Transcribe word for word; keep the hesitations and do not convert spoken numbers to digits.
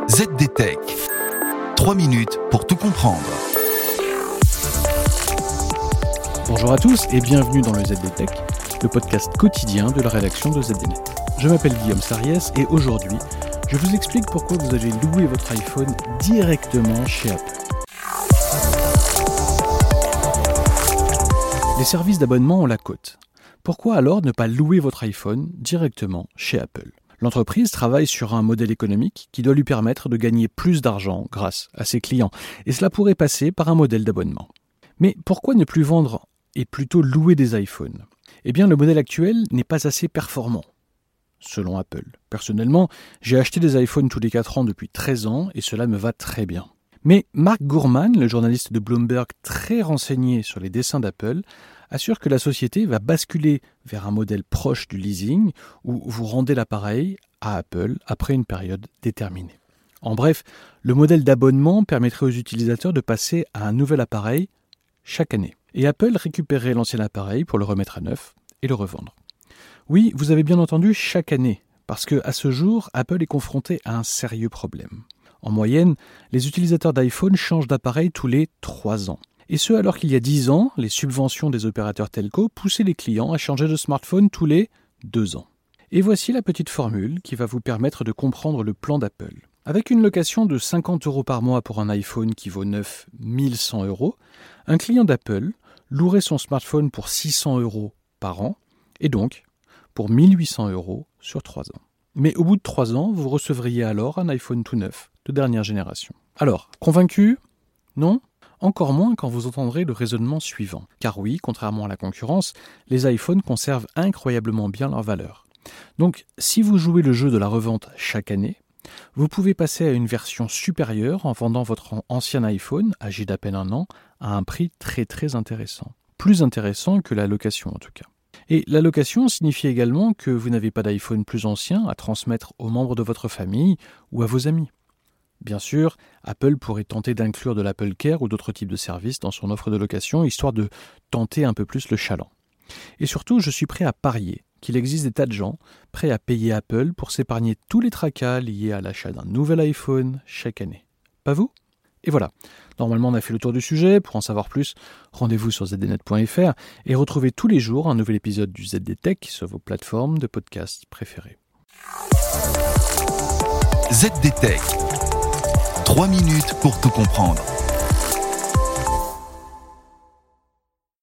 Z D Tech. trois minutes pour tout comprendre. Bonjour à tous et bienvenue dans le Z D Tech, le podcast quotidien de la rédaction de Z D Net. Je m'appelle Guillaume Sariès et aujourd'hui, je vous explique pourquoi vous allez louer votre iPhone directement chez Apple. Les services d'abonnement ont la cote. Pourquoi alors ne pas louer votre iPhone directement chez Apple ? L'entreprise travaille sur un modèle économique qui doit lui permettre de gagner plus d'argent grâce à ses clients, et cela pourrait passer par un modèle d'abonnement. Mais pourquoi ne plus vendre et plutôt louer des iPhones ? Eh bien, le modèle actuel n'est pas assez performant, selon Apple. Personnellement, j'ai acheté des iPhones tous les quatre ans depuis treize ans et cela me va très bien. Mais Mark Gurman, le journaliste de Bloomberg très renseigné sur les dessins d'Apple, assure que la société va basculer vers un modèle proche du leasing où vous rendez l'appareil à Apple après une période déterminée. En bref, le modèle d'abonnement permettrait aux utilisateurs de passer à un nouvel appareil chaque année. Et Apple récupérerait l'ancien appareil pour le remettre à neuf et le revendre. Oui, vous avez bien entendu chaque année, parce qu'à ce jour, Apple est confronté à un sérieux problème. En moyenne, les utilisateurs d'iPhone changent d'appareil tous les trois ans. Et ce, alors qu'il y a dix ans, les subventions des opérateurs telco poussaient les clients à changer de smartphone tous les deux ans. Et voici la petite formule qui va vous permettre de comprendre le plan d'Apple. Avec une location de cinquante euros par mois pour un iPhone qui vaut neuf mille cent euros, un client d'Apple louerait son smartphone pour six cents euros par an, et donc pour mille huit cents euros sur trois ans. Mais au bout de trois ans, vous recevriez alors un iPhone tout neuf, de dernière génération. Alors, convaincu ? Non ? Encore moins quand vous entendrez le raisonnement suivant. Car oui, contrairement à la concurrence, les iPhones conservent incroyablement bien leur valeur. Donc, si vous jouez le jeu de la revente chaque année, vous pouvez passer à une version supérieure en vendant votre ancien iPhone, âgé d'à peine un an, à un prix très très intéressant. Plus intéressant que la location en tout cas. Et la location signifie également que vous n'avez pas d'iPhone plus ancien à transmettre aux membres de votre famille ou à vos amis. Bien sûr, Apple pourrait tenter d'inclure de l'Apple Care ou d'autres types de services dans son offre de location, histoire de tenter un peu plus le chaland. Et surtout, je suis prêt à parier qu'il existe des tas de gens prêts à payer Apple pour s'épargner tous les tracas liés à l'achat d'un nouvel iPhone chaque année. Pas vous ? Et voilà, normalement on a fait le tour du sujet. Pour en savoir plus, rendez-vous sur z d net point f r et retrouvez tous les jours un nouvel épisode du Z D Tech sur vos plateformes de podcast préférées. Z D Tech. trois minutes pour tout comprendre.